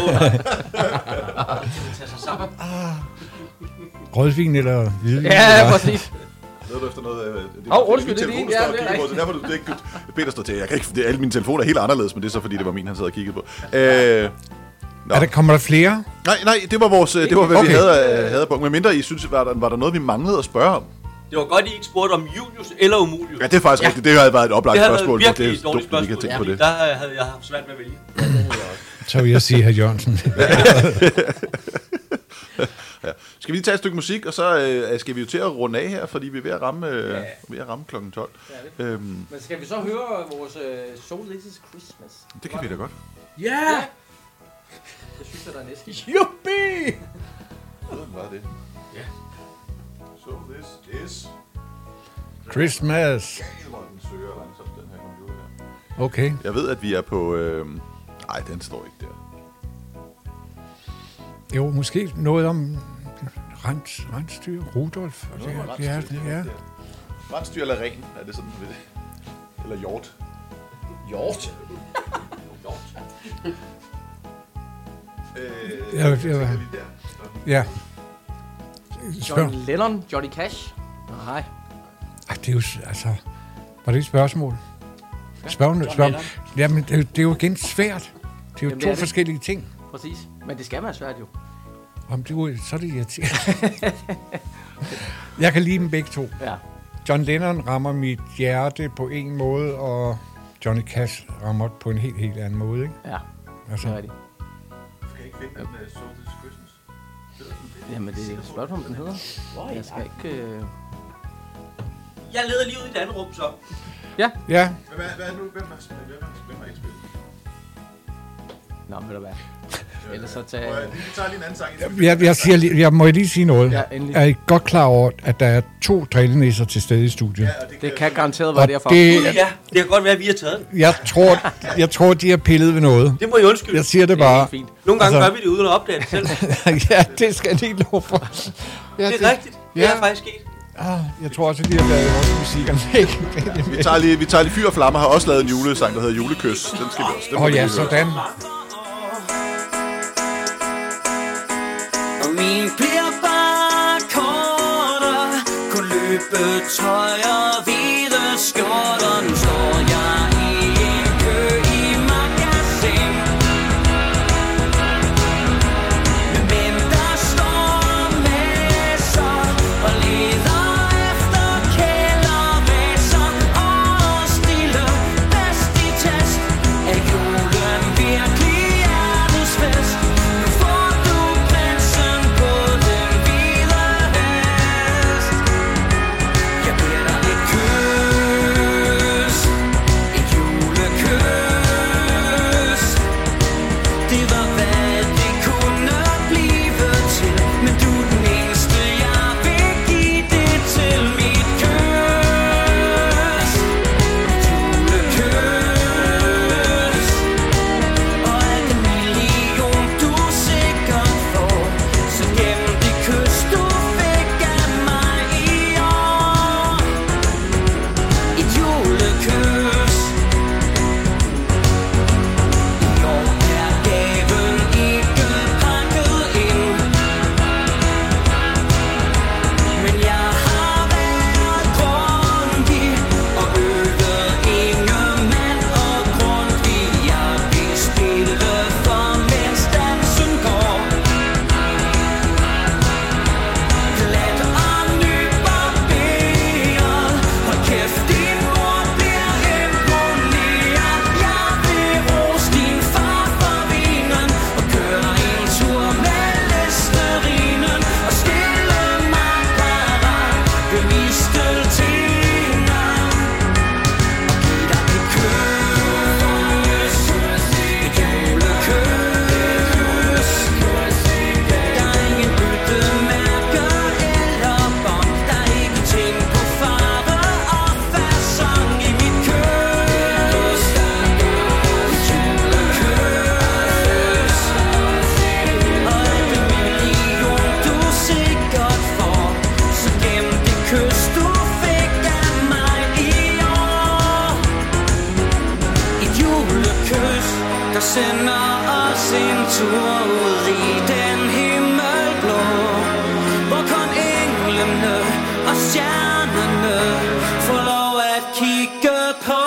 Rødvin eller hvidvin? Ja, præcis. Leder du efter noget? Undskyld, det er din. Ja, det er rigtigt. Så derfor det ikke Peter står til. Jeg kan ikke, alle mine telefoner er helt anderledes, men det er så fordi, det var min, han sad og kiggede på. Kommer der flere? Nej, det var vores, det var, hvad vi havde på. Men mindre I synes, var der noget, vi manglede at spørge om? Det var godt, I ikke spurgte om Julius eller Umulius. Ja, det er faktisk rigtigt. Det havde været et oplagt spørgsmål. Det havde været virkelig et dårligt spørgsmål. spørgsmål. Tænke på det. Der havde jeg haft svært med at vælge. Ja, det havde jeg også. Så vil jeg sige, hr. Jørgensen. Ja. Skal vi lige tage et stykke musik, og så skal vi jo til at runde af her, fordi vi er ved at ramme klokken 12. Ja, men skal vi så høre vores So This Is Christmas? Det kan vi da godt. Ja! Det synes jeg, der er næsten. Juppie! Hvordan var det? Ja. So this is... Christmas. Den søger langsomt, den her computer her. Okay. Jeg ved, at vi er på... Nej, den står ikke der. Jo, måske noget om rensdyr, Rudolf. Ja. Rensdyr eller ren, er det sådan, ved det? Eller hjort. Hjort? Ja. John Lennon, Johnny Cash. Nej. Det er jo, altså... Var det et spørgsmål? Spørgsmål. Jamen, det er jo igen svært. Det er jo to forskellige ting. Præcis. Men det skal være svært jo. Så er det irriterende. Jeg kan lide dem begge to. Ja. John Lennon rammer mit hjerte på en måde, og Johnny Cash rammer på en helt anden måde, ikke? Ja, altså. det er rigtigt. Skal jeg ikke finde den So This Is Christmas? Jamen, det er et spørgsmål, den hedder. Jeg skal ikke... Jeg leder lige ud i et andet rum, så. Ja. Hvad er nu? Hvem har ikke spillet? Nå, ved du hvad? Ellers så tage... Vi tager lige en anden sang. Jeg må lige sige noget. Ja, er I godt klar over, at der er 2 drillenisser til stede i studiet? Ja, det kan garanteret være derfor. Det kan godt være, at vi har taget den. Jeg tror, de har pillet ved noget. Det må I undskylde. Jeg siger det bare. Fint. Nogle gange gør vi det uden at opdage det selv. Ja, det skal jeg lige love for. Det er rigtigt. Det er faktisk sket. Jeg tror også, at de har lavet vores musikanlæg. Vi tager lige Fyr og Flammer har også lavet en julesang, der hedder Julekys. Den skal vi også. Ja, sådan. Og min bliver bare kortere. Kun løbetøj og hvide skjorter. Nu står jeg i en kø i magasin. Men der står masser og leder efter kældervæg. julekys du fik af mig i år. Et julekys, der sender os en tur ud i den himmelblå, hvor kun englene og stjernerne får lov at kigge på.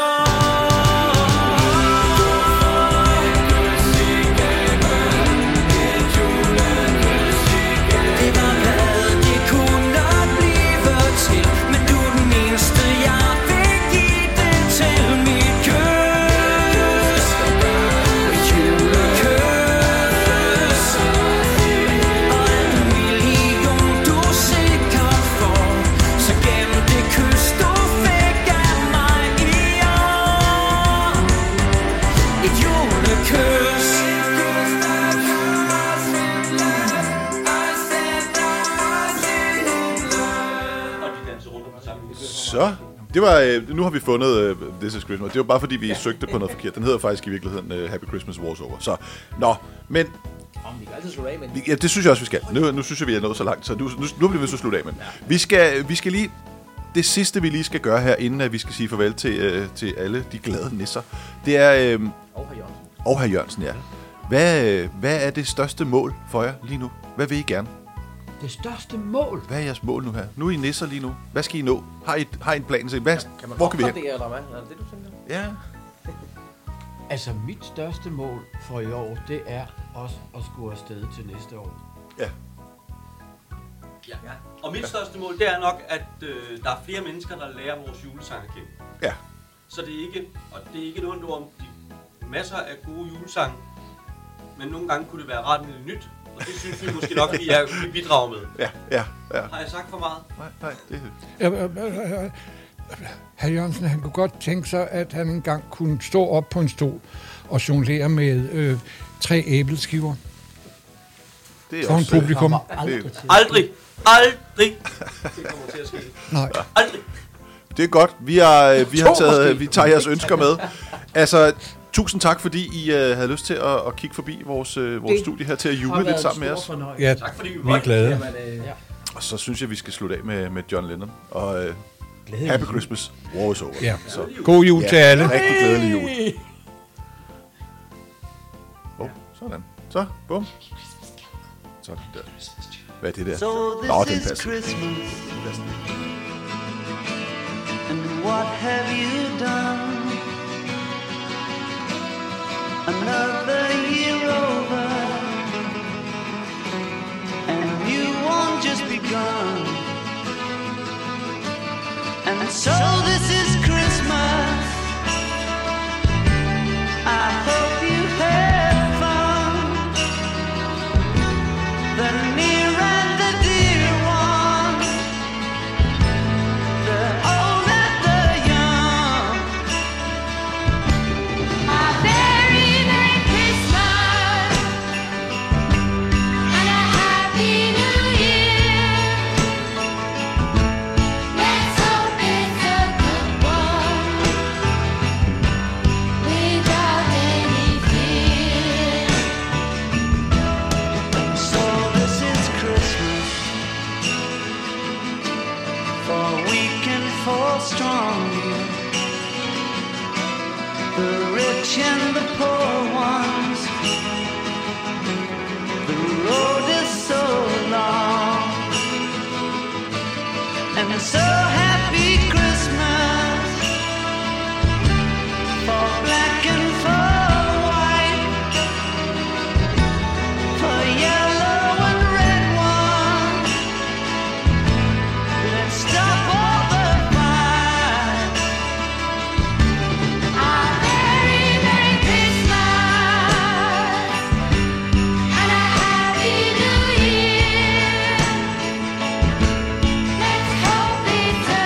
Så, det var, nu har vi fundet This is Christmas. Det var bare fordi, vi søgte på noget forkert. Den hedder faktisk i virkeligheden Happy Christmas War's Over. Så, nå, men... Vi kan altid slutte af med den. Ja, det synes jeg også, vi skal. Nu synes jeg, vi er nået så langt, så nu bliver vi så slutte af med. Vi skal lige... Det sidste, vi lige skal gøre her, inden at vi skal sige farvel til alle de glade nisser, det er... Og hr. Jørgensen, ja. Hvad er det største mål for jer lige nu? Hvad vil I gerne? Det største mål? Hvad er jeres mål nu her? Nu er I nisser lige nu. Hvad skal I nå? Har I en plan? Hvor kan vi hen? Eller hvad? Er det det, du tænker? Ja. Altså, mit største mål for i år, det er også at skulle afsted til næste år. Ja. Ja. Og mit største mål, det er nok, at der er flere mennesker, der lærer vores julesang at kende. Ja. Så det er ikke et ondt ord om de masser af gode julesange, men nogle gange kunne det være ret med nyt, og det synes vi måske nok, vi bidrager med. Ja. Har jeg sagt for meget? Nej, det Hr. Jørgensen, han kunne godt tænke sig, at han engang kunne stå op på en stol og jonglere med 3 æbleskiver. Det er for en publikum. Aldrig. Det kommer til at ske. Nej. Aldrig. Det er godt. Vi tager jeres ønsker med. Altså, tusind tak, fordi I havde lyst til at kigge forbi vores studie her til at jule lidt sammen med os. Ja, tak fordi vi er glade. Og så synes jeg, vi skal slutte af med John Lennon og Happy Christmas War's Over. Ja. Så. God jul til alle. Rigtig glædelig jul. Sådan. Så, bum. Sådan der. Hvad er det der? Nå, den passer. And what have you done? Another year over, and you won't just begun. And so this is Christmas. I hope you had fun. The near and the dear ones, the old and the young. A very Merry Christmas and a Happy New Year. Let's hope it's a good one without any fear. So this is Christmas for weak and for strong, the rich and the poor ones. The road is so long, and so happy Christmas for black and for white, for yellow and red ones. Let's stop all the fight. A very Merry Christmas and a Happy New Year. Let's hope it's a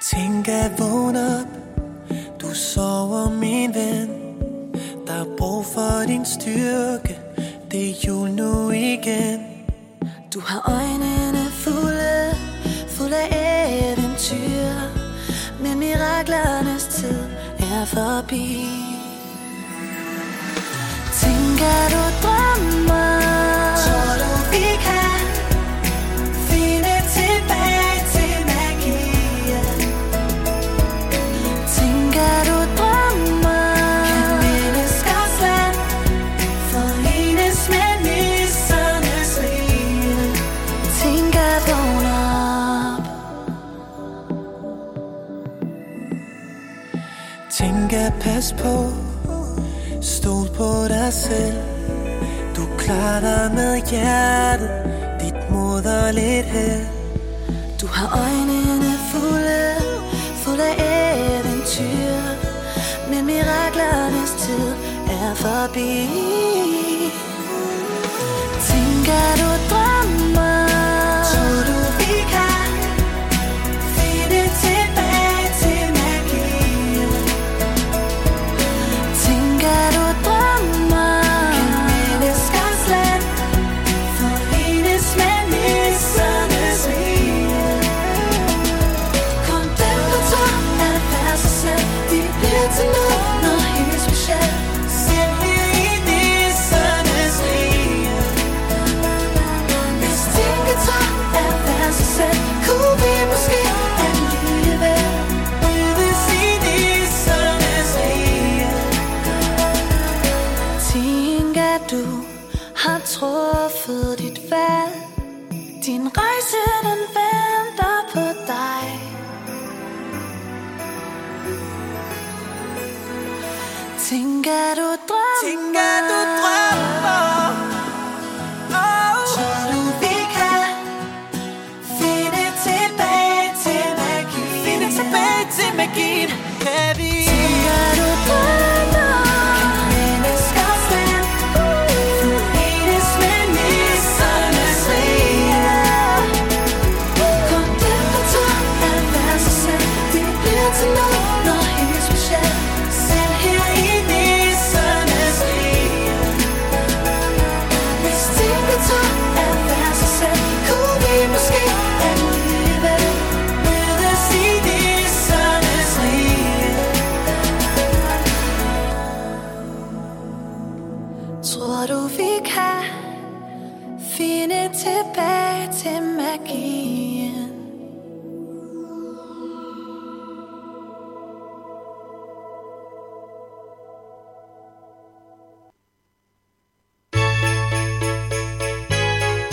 Tænk at vågne op, du sover min ven. Der er brug for din styrke, det er jul nu igen. Du har øjnene fulde af eventyr, men miraklernes tid er forbi. Tænker du drømmer, tror du vi kan finde tilbage til magien? Tænker du drømmer, kan menneskers land forenes med nissernes rige? Tænker vågn op. Tænker pas på, stol på dig selv. Du klarer dig med hjertet, dit mod og lidt held. Du har øjnene fulde af eventyr, men miraklernes tid er forbi. Tænker du drømmer, tror du vi kan finde tilbage til magien? Tænker du drømmer, kan menneskers land forenes med nissernes rige? Kom den på tår, er det være sig selv. Vi bliver til noget, noget helt specielt. Selv her i nissernes rige. Hvis tænker tår, er det være sig selv. Kunne vi måske alligevel mødes i nissernes rige? Tænker du har truffet dit valg. Din rejse, den venter på dig. Tænker du drømmer, tror du vi kan finde tilbage til magien? Finde tilbage til magien, kan vi? Tænker du drømmer, kan menneskers land forenes med nissernes rige? Kom den på tur, er det være sig selv. Det bliver til noget helt specielt. Selv her i nissernes rige. Hvis tænker tur, er det være sig selv. Kunne vi måske alligevel mødes i nissernes rige? Tror du vi kan finde tilbage til magien?